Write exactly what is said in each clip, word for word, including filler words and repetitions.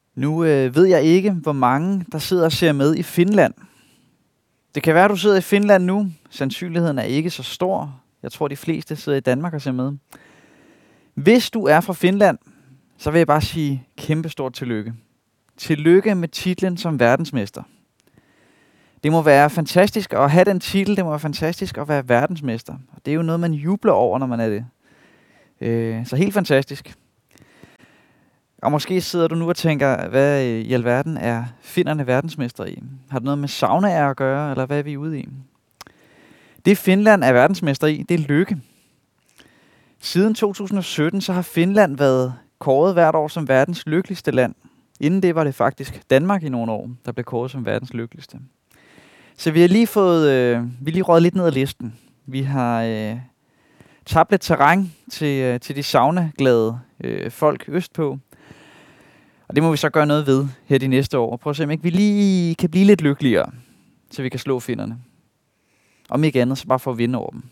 Nu øh, ved jeg ikke, hvor mange der sidder og ser med i Finland. Det kan være, at du sidder i Finland nu. Sandsynligheden er ikke så stor. Jeg tror, de fleste sidder i Danmark og ser med. Hvis du er fra Finland, så vil jeg bare sige kæmpestort tillykke. Tillykke med titlen som verdensmester. Det må være fantastisk at have den titel. Det må være fantastisk at være verdensmester. Og det er jo noget, man jubler over, når man er det. Øh, så helt fantastisk. Og måske sidder du nu og tænker, hvad i alverden er finnerne verdensmestre i? Har det noget med saunaer at gøre, eller hvad er vi ude i? Det Finland er verdensmestre i, det er lykke. Siden to tusind og sytten så har Finland været kåret hvert år som verdens lykkeligste land. Inden det var det faktisk Danmark i nogle år, der blev kåret som verdens lykkeligste. Så vi har lige fået, øh, vi har lige røget lidt ned ad listen. Vi har øh, tabt lidt terræn til, øh, til de saunaglade øh, folk østpå. Og det må vi så gøre noget ved her de næste år. Og prøve at se, om ikke vi lige kan blive lidt lykkeligere, så vi kan slå finnerne. Om ikke andet, så bare for at vinde over dem.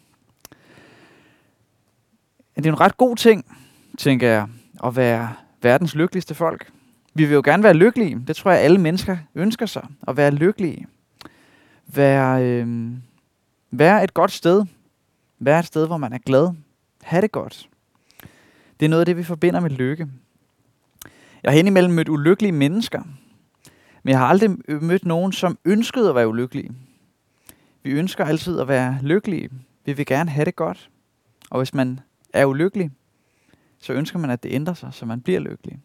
Det er en ret god ting, tænker jeg, at være verdens lykkeligste folk. Vi vil jo gerne være lykkelige. Det tror jeg, alle mennesker ønsker sig. At være lykkelige. Være, øh, være et godt sted. Være et sted, hvor man er glad. Ha' det godt. Det er noget af det, vi forbinder med lykke. Jeg har indimellem mødt ulykkelige mennesker. Men jeg har aldrig mødt nogen, som ønskede at være ulykkelige. Vi ønsker altid at være lykkelige. Vi vil gerne have det godt. Og hvis man er ulykkelig, så ønsker man, at det ændrer sig, så man bliver lykkelig.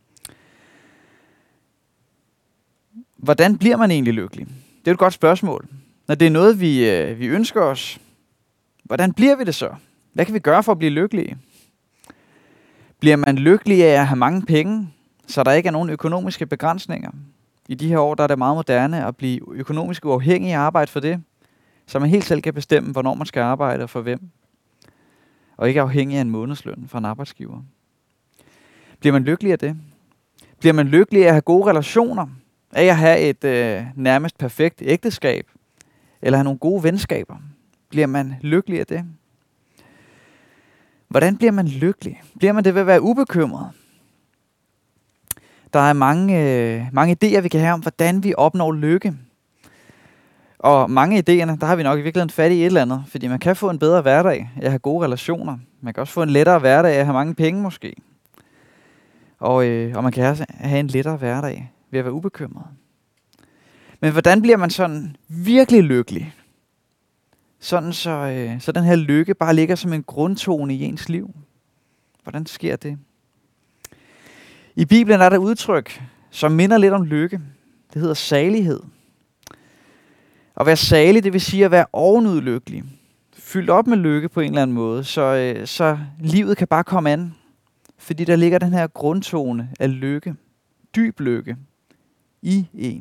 Hvordan bliver man egentlig lykkelig? Det er et godt spørgsmål. Når det er noget, vi, øh, vi ønsker os, hvordan bliver vi det så? Hvad kan vi gøre for at blive lykkelige? Bliver man lykkelig af at have mange penge, så der ikke er nogen økonomiske begrænsninger? I de her år der er det meget moderne at blive økonomisk uafhængig og arbejde for det, så man helt selv kan bestemme, hvornår man skal arbejde og for hvem. Og ikke afhængig af en månedsløn fra en arbejdsgiver. Bliver man lykkelig af det? Bliver man lykkelig af at have gode relationer? Af at have et øh, nærmest perfekt ægteskab? Eller have nogle gode venskaber? Bliver man lykkelig af det? Hvordan bliver man lykkelig? Bliver man det ved at være ubekymret? Der er mange, øh, mange idéer, vi kan have om, hvordan vi opnår lykke. Og mange af idéerne, der har vi nok i virkeligheden fat i et eller andet. Fordi man kan få en bedre hverdag af at have gode relationer. Man kan også få en lettere hverdag af at have mange penge måske. Og, øh, og man kan også have en lettere hverdag ved at være ubekymret. Men hvordan bliver man sådan virkelig lykkelig? Sådan så, øh, så den her lykke bare ligger som en grundtone i ens liv. Hvordan sker det? I Bibelen er der udtryk, som minder lidt om lykke. Det hedder salighed. At være salig, det vil sige at være ovenud lykkelig. Fyldt op med lykke på en eller anden måde, så, øh, så livet kan bare komme an. Fordi der ligger den her grundtone af lykke, dyb lykke, i en.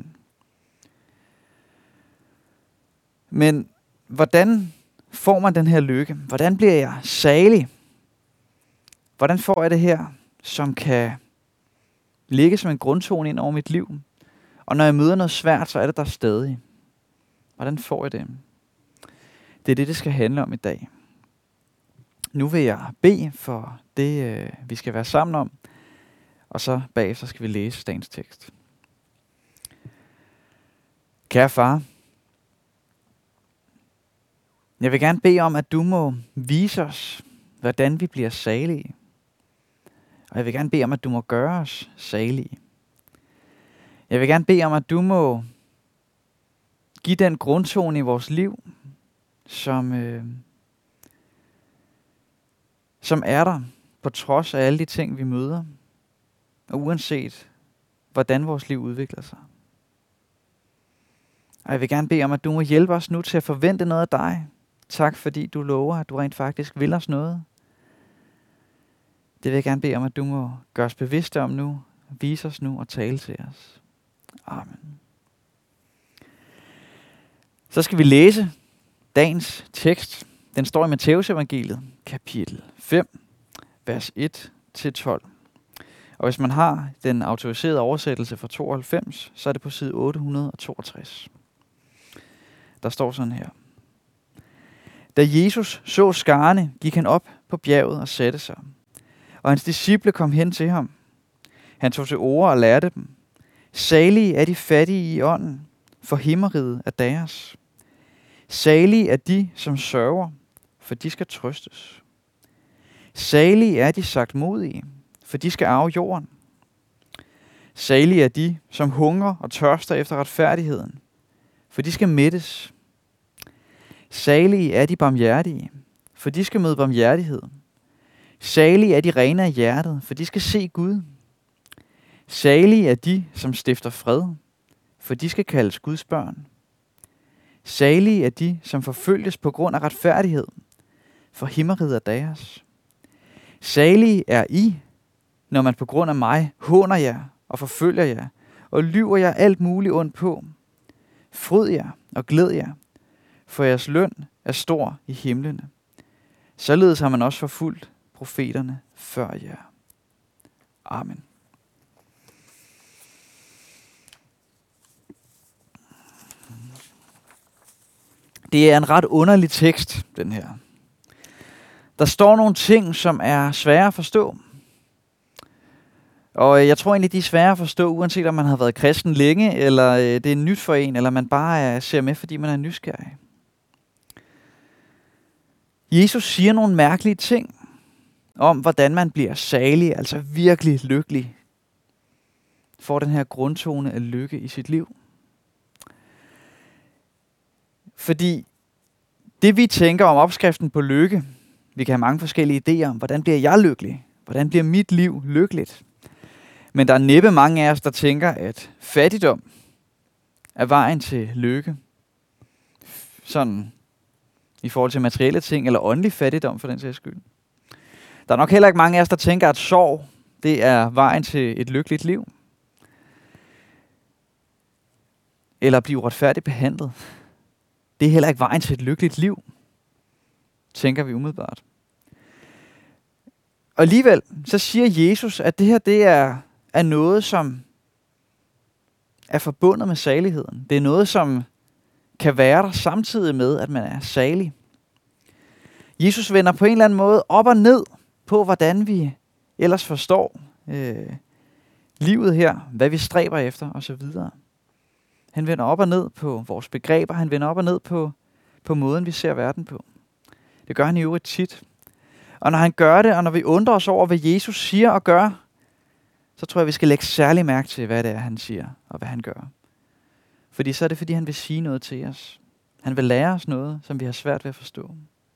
Men hvordan får man den her lykke? Hvordan bliver jeg salig? Hvordan får jeg det her, som kan ligge som en grundtone ind over mit liv? Og når jeg møder noget svært, så er det der stadig. Hvordan får jeg det? Det er det, det skal handle om i dag. Nu vil jeg bede for det, vi skal være sammen om. Og så bagefter skal vi læse dagens tekst. Kære far, jeg vil gerne bede om, at du må vise os, hvordan vi bliver salige. Og jeg vil gerne bede om, at du må gøre os salige. Jeg vil gerne bede om, at du må give den grundtone i vores liv, som, øh, som er der på trods af alle de ting, vi møder. Og uanset, hvordan vores liv udvikler sig. Og jeg vil gerne bede om, at du må hjælpe os nu til at forvente noget af dig. Tak, fordi du lover, at du rent faktisk vil os noget. Det vil jeg gerne bede om, at du må gøre os bevidste om nu, vise os nu og tale til os. Amen. Så skal vi læse dagens tekst. Den står i Matteus evangeliet, kapitel fem, vers et til tolv. Og hvis man har den autoriserede oversættelse fra tooghalvfems, så er det på side otte hundrede og toogtres. Der står sådan her. Da Jesus så skarne, gik han op på bjerget og satte sig. Og hans disciple kom hen til ham. Han tog til orde og lærte dem. Salige er de fattige i ånden, for himmeriget er deres. Salige er de, som sørger, for de skal trøstes. Salige er de sagtmodige, for de skal arve jorden. Salige er de, som hungrer og tørster efter retfærdigheden, for de skal mættes. Salige er de barmhjertige, for de skal møde barmhjertighed. Salige er de rene af hjertet, for de skal se Gud. Salige er de, som stifter fred, for de skal kaldes Guds børn. Salige er de, som forfølges på grund af retfærdighed, for himmeriget er deres. Salige er I, når man på grund af mig håner jer og forfølger jer, og lyver jer alt muligt ondt på. Fryd jer og glæd jer, for jeres løn er stor i himlene. Således har man også forfulgt profeterne før jer. Amen. Det er en ret underlig tekst, den her. Der står nogle ting, som er svære at forstå. Og jeg tror egentlig, de er svære at forstå, uanset om man har været kristen længe, eller det er nyt for en, eller man bare ser med, fordi man er nysgerrig. Jesus siger nogle mærkelige ting om, hvordan man bliver salig, altså virkelig lykkelig, får den her grundtone af lykke i sit liv. Fordi det vi tænker om opskriften på lykke, vi kan have mange forskellige idéer om, hvordan bliver jeg lykkelig? Hvordan bliver mit liv lykkeligt? Men der er næppe mange af os, der tænker, at fattigdom er vejen til lykke. Sådan i forhold til materielle ting, eller åndelig fattigdom for den sags skyld. Der er nok heller ikke mange af os, der tænker, at sorg, det er vejen til et lykkeligt liv. Eller at blive retfærdigt behandlet. Det er heller ikke vejen til et lykkeligt liv, tænker vi umiddelbart. Og alligevel, så siger Jesus, at det her, det er, er noget, som er forbundet med saligheden. Det er noget, som kan være der samtidig med, at man er salig. Jesus vender på en eller anden måde op og ned på, hvordan vi ellers forstår øh, livet her, hvad vi stræber efter osv. Han vender op og ned på vores begreber, han vender op og ned på, på måden, vi ser verden på. Det gør han i øvrigt tit. Og når han gør det, og når vi undrer os over, hvad Jesus siger og gør, så tror jeg, vi skal lægge særlig mærke til, hvad det er, han siger og hvad han gør. Fordi så er det, fordi han vil sige noget til os. Han vil lære os noget, som vi har svært ved at forstå.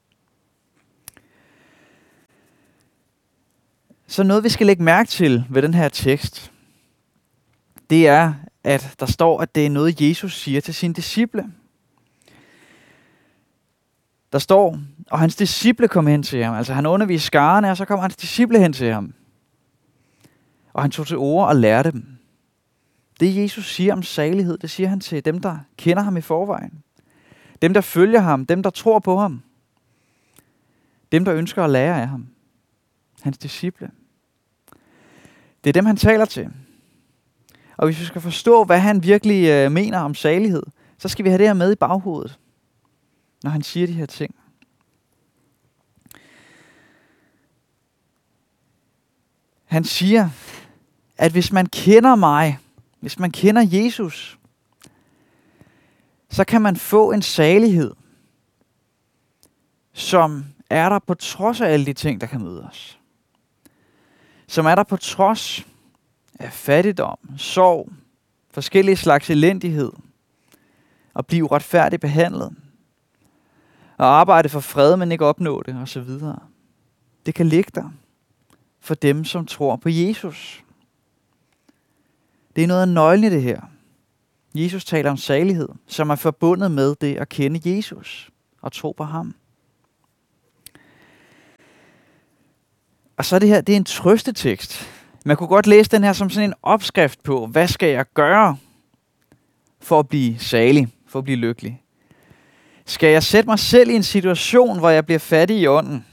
Så noget, vi skal lægge mærke til ved den her tekst, det er, at der står, at det er noget, Jesus siger til sine disciple. Der står, og hans disciple kom hen til ham. Altså han underviste skarerne, og så kom hans disciple hen til ham. Og han tog til orde og lærte dem. Det Jesus siger om salighed, det siger han til dem, der kender ham i forvejen. Dem, der følger ham, dem, der tror på ham. Dem, der ønsker at lære af ham. Hans disciple. Det er dem, han taler til. Og hvis vi skal forstå, hvad han virkelig øh, mener om salighed, så skal vi have det her med i baghovedet, når han siger de her ting. Han siger, at hvis man kender mig, hvis man kender Jesus, så kan man få en salighed, som er der på trods af alle de ting, der kan møde os. Som er der på trods af fattigdom, sorg, forskellige slags elendighed, og blive retfærdigt behandlet, og arbejde for fred, men ikke opnå det, osv. Det kan ligge der for dem, som tror på Jesus. Det er noget af nøglen i det her. Jesus taler om salighed, som er forbundet med det at kende Jesus og tro på ham. Og så er det her, det er en trøstetekst. Man kunne godt læse den her som sådan en opskrift på, hvad skal jeg gøre for at blive salig, for at blive lykkelig? Skal jeg sætte mig selv i en situation, hvor jeg bliver fattig i ånden?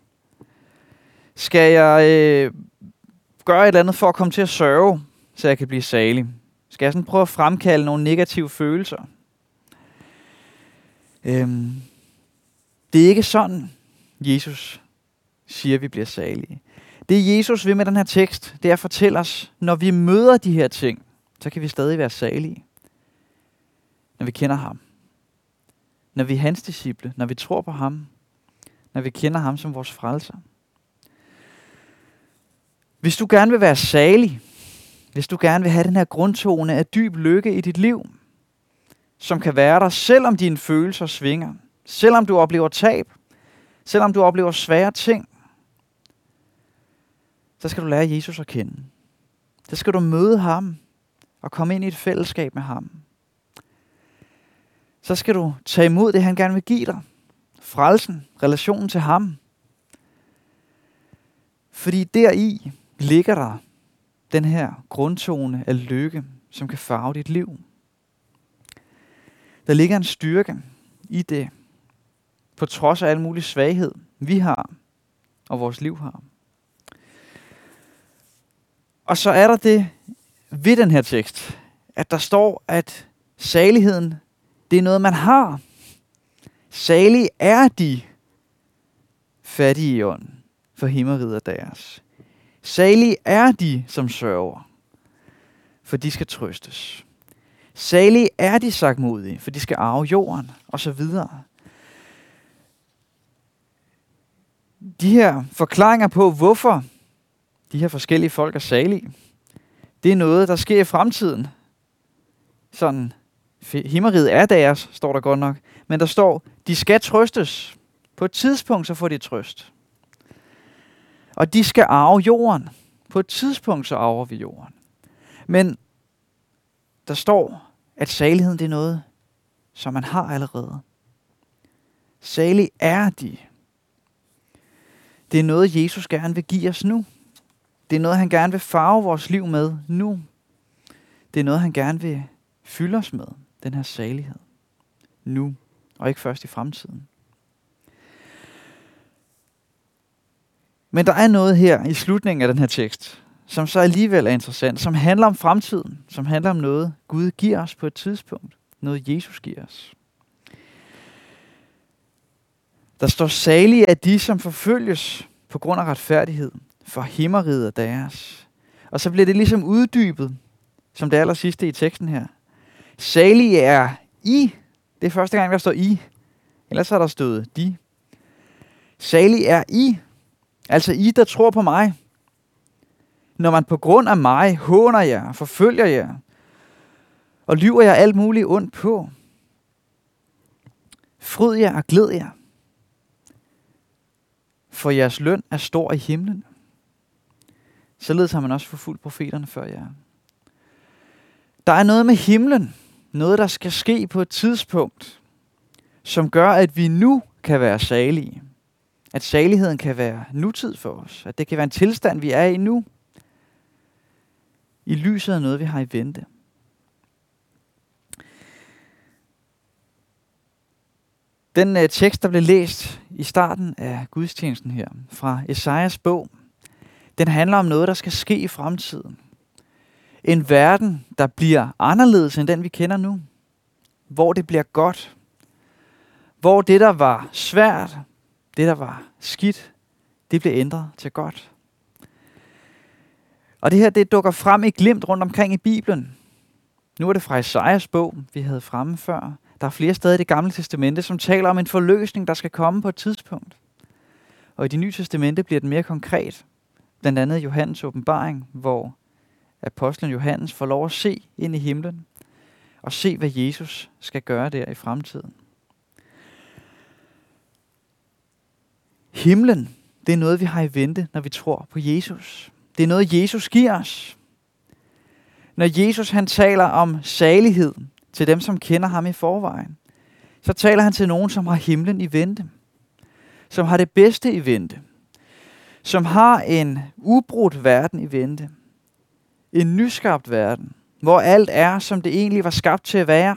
Skal jeg øh, gøre et eller andet for at komme til at sørge, så jeg kan blive salig? Skal jeg sådan prøve at fremkalde nogle negative følelser? Øhm, det er ikke sådan, Jesus siger, vi bliver salige. Det Jesus vil med den her tekst, det er at fortælle os, når vi møder de her ting, så kan vi stadig være salige, når vi kender ham. Når vi er hans disciple, når vi tror på ham, når vi kender ham som vores frelser. Hvis du gerne vil være salig, hvis du gerne vil have den her grundtone af dyb lykke i dit liv, som kan være der, selvom dine følelser svinger, selvom du oplever tab, selvom du oplever svære ting, så skal du lære Jesus at kende. Så skal du møde ham og komme ind i et fællesskab med ham. Så skal du tage imod det, han gerne vil give dig. Frelsen, relationen til ham. Fordi deri ligger der den her grundtone af lykke, som kan farve dit liv. Der ligger en styrke i det, på trods af al mulig svaghed, vi har, og vores liv har. Og så er der det ved den her tekst, at der står, at saligheden, det er noget, man har. Salige er de fattige i ånden, for himmeriget er deres. Salige er de, som sørger, for de skal trøstes. Salige er de sagtmodige, for de skal arve jorden, og så videre. De her forklaringer på, hvorfor de her forskellige folk er salige, det er noget, der sker i fremtiden. Sådan, himmeriget er deres, står der godt nok. Men der står, de skal trøstes. På et tidspunkt, så får de trøst. Og de skal arve jorden. På et tidspunkt, så arver vi jorden. Men der står, at saligheden, det er noget, som man har allerede. Salig er de. Det er noget, Jesus gerne vil give os nu. Det er noget, han gerne vil farve vores liv med nu. Det er noget, han gerne vil fylde os med, den her salighed. Nu, og ikke først i fremtiden. Men der er noget her i slutningen af den her tekst, som så alligevel er interessant, som handler om fremtiden, som handler om noget, Gud giver os på et tidspunkt. Noget, Jesus giver os. Der står, salige er de, som forfølges på grund af retfærdighed, for himmeriget er deres. Og så bliver det ligesom uddybet, som det aller sidste i teksten her. Salige er I. Det er første gang, der står I. Ellers har der stået de. Salige er I. Altså I, der tror på mig. Når man på grund af mig håner jer, forfølger jer, og lyver jer alt muligt ondt på. Fryd jer og glæd jer. For jeres løn er stor i himlen. Således har man også forfulgt profeterne før jer. Der er noget med himlen, noget der skal ske på et tidspunkt, som gør, at vi nu kan være salige. At saligheden kan være nutid for os. At det kan være en tilstand, vi er i nu. I lyset af noget, vi har i vente. Den uh, tekst, der blev læst i starten af gudstjenesten her, fra Esajas bog, den handler om noget, der skal ske i fremtiden. En verden, der bliver anderledes end den, vi kender nu. Hvor det bliver godt. Hvor det, der var svært, det, der var skidt, det bliver ændret til godt. Og det her, det dukker frem i glimt rundt omkring i Bibelen. Nu er det fra Esajas bog, vi havde fremme før. Der er flere steder i Det Gamle Testamente, som taler om en forløsning, der skal komme på et tidspunkt. Og i Det Nye Testamente bliver den mere konkret. Blandt andet Johannes åbenbaring, hvor apostlen Johannes får lov at se ind i himlen og se, hvad Jesus skal gøre der i fremtiden. Himlen, det er noget, vi har i vente, når vi tror på Jesus. Det er noget, Jesus giver os. Når Jesus han taler om salighed til dem, som kender ham i forvejen, så taler han til nogen, som har himlen i vente. Som har det bedste i vente. Som har en ubrudt verden i vente. En nyskabt verden, hvor alt er, som det egentlig var skabt til at være.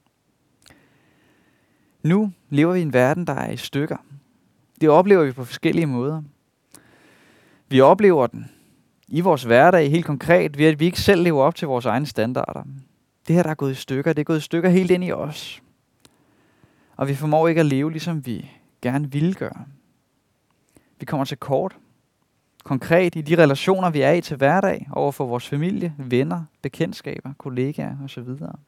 Nu lever vi i en verden, der er i stykker. Det oplever vi på forskellige måder. Vi oplever den i vores hverdag helt konkret, ved at vi ikke selv lever op til vores egne standarder. Det her, der er gået i stykker, det er gået i stykker helt ind i os. Og vi formår ikke at leve, ligesom vi gerne ville gøre. Vi kommer til kort. konkret i de relationer, vi er i til hverdag, over for vores familie, venner, bekendtskaber, kollegaer osv.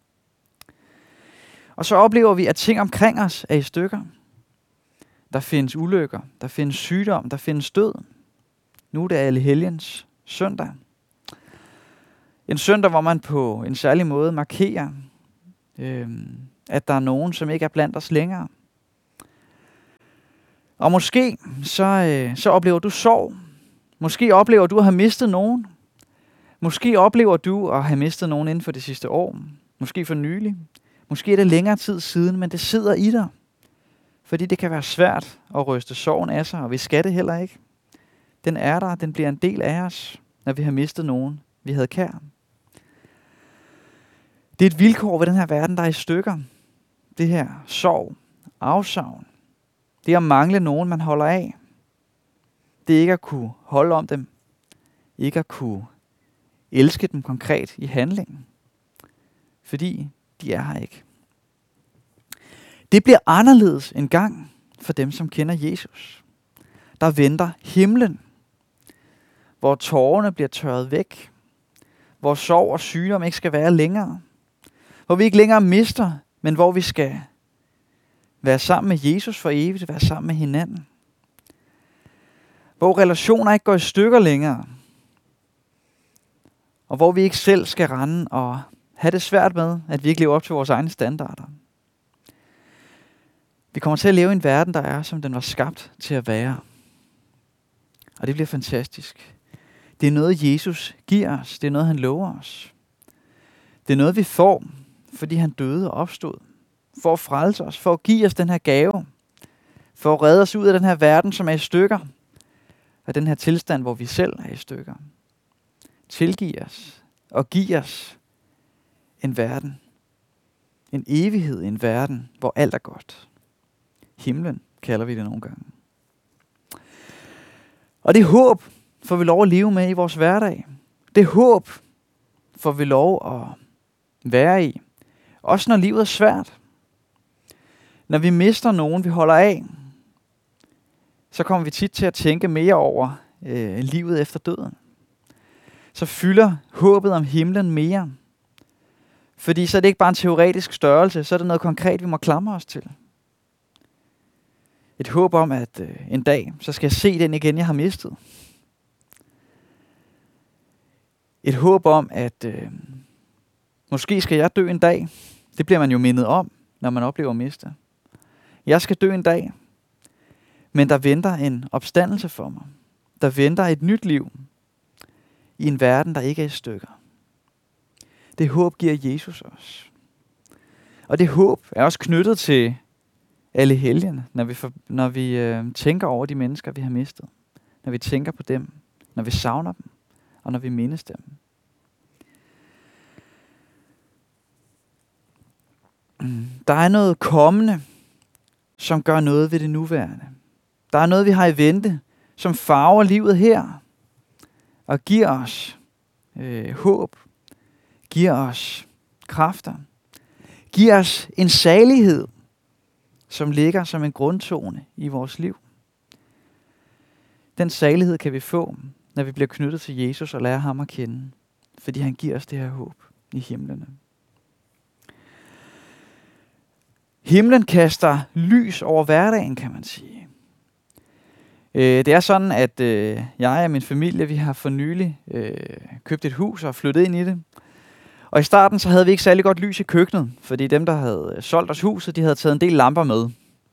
Og så oplever vi, at ting omkring os er i stykker. Der findes ulykker, der findes sygdom, der findes død. Nu er det Allehelgens søndag. En søndag, hvor man på en særlig måde markerer, øh, at der er nogen, som ikke er blandt os længere. Og måske så, øh, så oplever du sorg. Måske oplever du at have mistet nogen. Måske oplever du at have mistet nogen inden for det sidste år. Måske for nylig. Måske er det længere tid siden, men det sidder i dig. Fordi det kan være svært at ryste sorgen af sig, og vi skal det heller ikke. Den er der, den bliver en del af os, når vi har mistet nogen, vi havde kær. Det er et vilkår ved den her verden, der er i stykker. Det her sorg, afsavn. Det er at mangle nogen, man holder af. Det er ikke at kunne holde om dem. Ikke at kunne elske dem konkret i handlingen. Fordi de er her ikke. Det bliver anderledes en gang for dem, som kender Jesus. Der venter himlen, hvor tårerne bliver tørret væk. Hvor sorg og sygdom ikke skal være længere. Hvor vi ikke længere mister, men hvor vi skal være sammen med Jesus for evigt, være sammen med hinanden. Hvor relationer ikke går i stykker længere. Og hvor vi ikke selv skal rende og have det svært med, at vi ikke lever op til vores egne standarder. Vi kommer til at leve i en verden, der er, som den var skabt til at være. Og det bliver fantastisk. Det er noget, Jesus giver os. Det er noget, han lover os. Det er noget, vi får, fordi han døde og opstod. For at frelse os, for at give os den her gave. For at redde os ud af den her verden, som er i stykker. Og den her tilstand, hvor vi selv er i stykker. Tilgiv os og giv os en verden. En evighed i en verden, hvor alt er godt. Himlen kalder vi det nogle gange. Og det håb får vi lov at leve med i vores hverdag. Det håb får vi lov at være i. Også når livet er svært. Når vi mister nogen, vi holder af, så kommer vi tit til at tænke mere over øh, livet efter døden. Så fylder håbet om himlen mere. Fordi så er det ikke bare en teoretisk størrelse, så er det noget konkret, vi må klamre os til. Et håb om, at øh, en dag, så skal jeg se den igen, jeg har mistet. Et håb om, at øh, måske skal jeg dø en dag. Det bliver man jo mindet om, når man oplever at miste. Jeg skal dø en dag, men der venter en opstandelse for mig. Der venter et nyt liv i en verden, der ikke er i stykker. Det håb giver Jesus os. Og det håb er også knyttet til alle helgene, når vi, for, når vi øh, tænker over de mennesker, vi har mistet. Når vi tænker på dem, når vi savner dem, og når vi mindes dem. Der er noget kommende, som gør noget ved det nuværende. Der er noget, vi har i vente, som farver livet her, og giver os øh, håb, giver os kræfter, giver os en salighed, som ligger som en grundtone i vores liv. Den salighed kan vi få, når vi bliver knyttet til Jesus og lærer ham at kende, fordi han giver os det her håb i himlene. Himlen kaster lys over hverdagen, kan man sige. Det er sådan, at jeg og min familie, vi har for nylig købt et hus og flyttet ind i det. Og i starten så havde vi ikke særlig godt lys i køkkenet, fordi dem, der havde solgt os huset, de havde taget en del lamper med.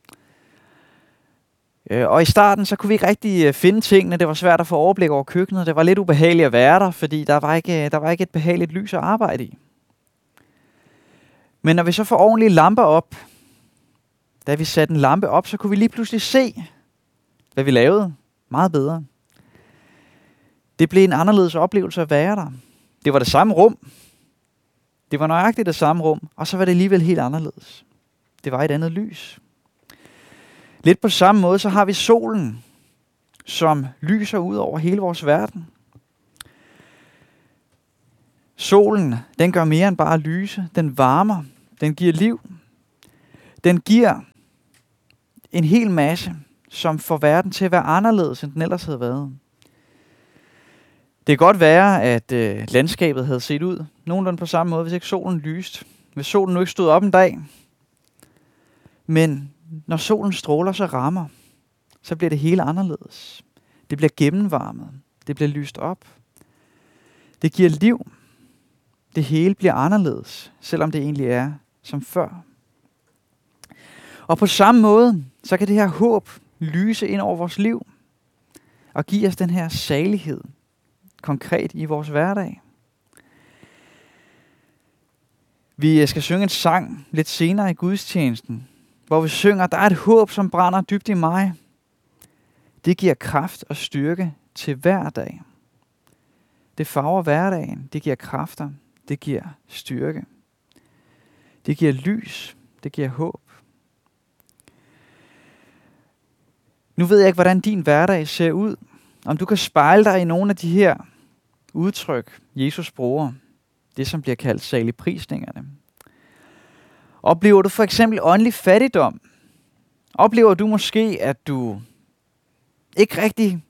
Og i starten så kunne vi ikke rigtig finde tingene. Det var svært at få overblik over køkkenet. Det var lidt ubehageligt at være der, fordi der var ikke, der var ikke et behageligt lys at arbejde i. Men når vi så får ordentlige lamper op, da vi satte en lampe op, så kunne vi lige pludselig se, hvad vi lavede, meget bedre. Det blev en anderledes oplevelse at være der. Det var det samme rum. Det var nøjagtigt det samme rum, og så var det alligevel helt anderledes. Det var et andet lys. Lidt på samme måde, så har vi solen, som lyser ud over hele vores verden. Solen, den gør mere end bare lyse. Den varmer. Den giver liv. Den giver en hel masse, som får verden til at være anderledes, end den ellers havde været. Det kan godt være, at øh, landskabet havde set ud nogenlunde på samme måde, hvis ikke solen lyste. Hvis solen nu ikke stod op en dag. Men når solen stråler, så rammer, så bliver det hele anderledes. Det bliver gennemvarmet. Det bliver lyst op. Det giver liv. Det hele bliver anderledes, selvom det egentlig er som før. Og på samme måde, så kan det her håb lyse ind over vores liv og give os den her salighed konkret i vores hverdag. Vi skal synge en sang lidt senere i gudstjenesten, hvor vi synger, der er et håb, som brænder dybt i mig. Det giver kraft og styrke til hver dag. Det farver hverdagen, det giver kræfter, det giver styrke. Det giver lys, det giver håb. Nu ved jeg ikke, hvordan din hverdag ser ud. Om du kan spejle dig i nogle af de her udtryk, Jesus bruger. Det, som bliver kaldt saligprisningerne. Oplever du for eksempel åndelig fattigdom? Oplever du måske, at du ikke rigtig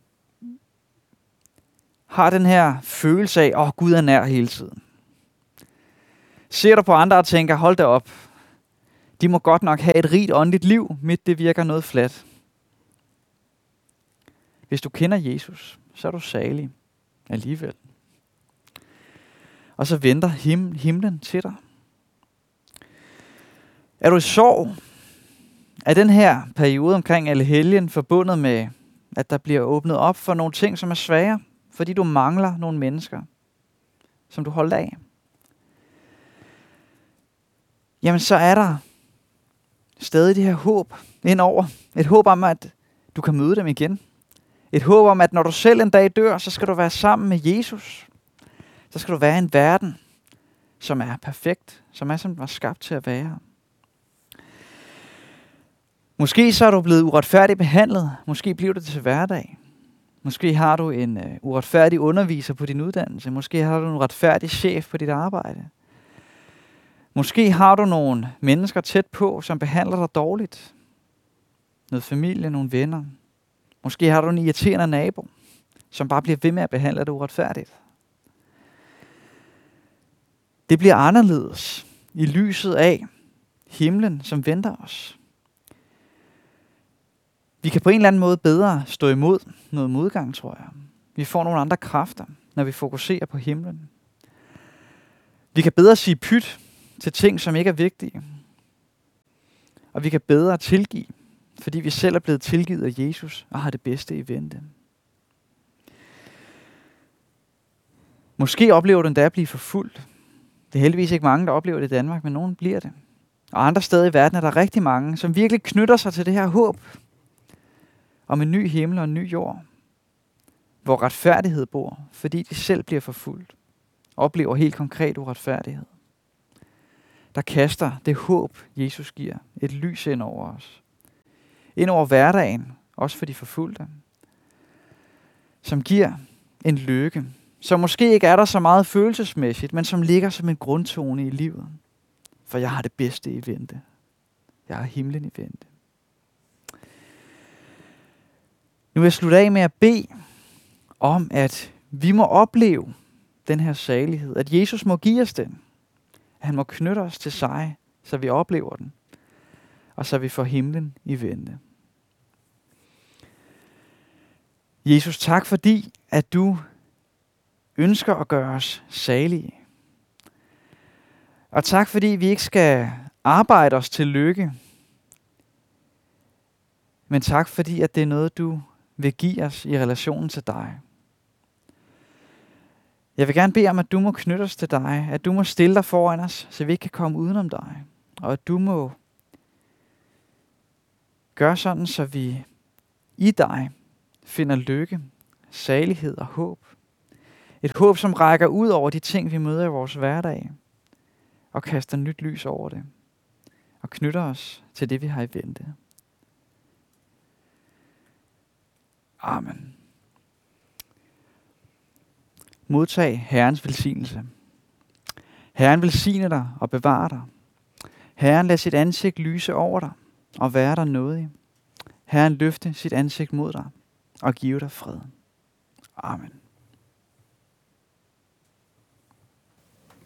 har den her følelse af, åh, oh, Gud er nær hele tiden? Ser du på andre og tænker, hold da op. De må godt nok have et rigt åndeligt liv, midt det virker noget fladt. Hvis du kender Jesus, så er du salig alligevel. Og så venter him- himlen til dig. Er du i sorg? Er den her periode omkring Allehelgen forbundet med, at der bliver åbnet op for nogle ting, som er svære, fordi du mangler nogle mennesker, som du holder af? Jamen så er der stadig det her håb indover. Et håb om, at du kan møde dem igen. Et håb om, at når du selv en dag dør, så skal du være sammen med Jesus. Så skal du være i en verden, som er perfekt, som er, som den var skabt til at være. Måske så er du blevet uretfærdigt behandlet. Måske bliver det til hverdag. Måske har du en uh, uretfærdig underviser på din uddannelse. Måske har du en uretfærdig chef på dit arbejde. Måske har du nogle mennesker tæt på, som behandler dig dårligt. Noget familie, nogle venner. Måske har du en irriterende nabo, som bare bliver ved med at behandle dig uretfærdigt. Det bliver anderledes i lyset af himlen, som venter os. Vi kan på en eller anden måde bedre stå imod noget modgang, tror jeg. Vi får nogle andre kræfter, når vi fokuserer på himlen. Vi kan bedre sige pyt til ting, som ikke er vigtige. Og vi kan bedre tilgive, fordi vi selv er blevet tilgivet af Jesus og har det bedste i vente. Måske oplever du endda at blive forfulgt. Det er heldigvis ikke mange, der oplever det i Danmark, men nogen bliver det. Og andre steder i verden er der rigtig mange, som virkelig knytter sig til det her håb om en ny himmel og en ny jord, hvor retfærdighed bor, fordi de selv bliver forfulgt, oplever helt konkret uretfærdighed. Der kaster det håb, Jesus giver, et lys ind over os. Ind over hverdagen, også for de forfulgte, som giver en lykke, som måske ikke er der så meget følelsesmæssigt, men som ligger som en grundtone i livet. For jeg har det bedste i vente. Jeg har himlen i vente. Nu vil jeg slutte af med at bede om, at vi må opleve den her salighed. At Jesus må give os den. At han må knytte os til sig, så vi oplever den. Og så vi får himlen i vente. Jesus, tak fordi, at du ønsker at gøre os salige. Og tak fordi vi ikke skal arbejde os til lykke. Men tak fordi, at det er noget, du vil give os i relationen til dig. Jeg vil gerne bede om, at du må knytte os til dig. At du må stille dig foran os, så vi ikke kan komme udenom dig. Og at du må gøre sådan, så vi i dig finder lykke, salighed og håb. Et håb, som rækker ud over de ting, vi møder i vores hverdag. Og kaster nyt lys over det. Og knytter os til det, vi har i vente. Amen. Modtag Herrens velsignelse. Herren velsigne dig og bevare dig. Herren lad sit ansigt lyse over dig og være dig nådig. Herren løfte sit ansigt mod dig og give dig fred. Amen.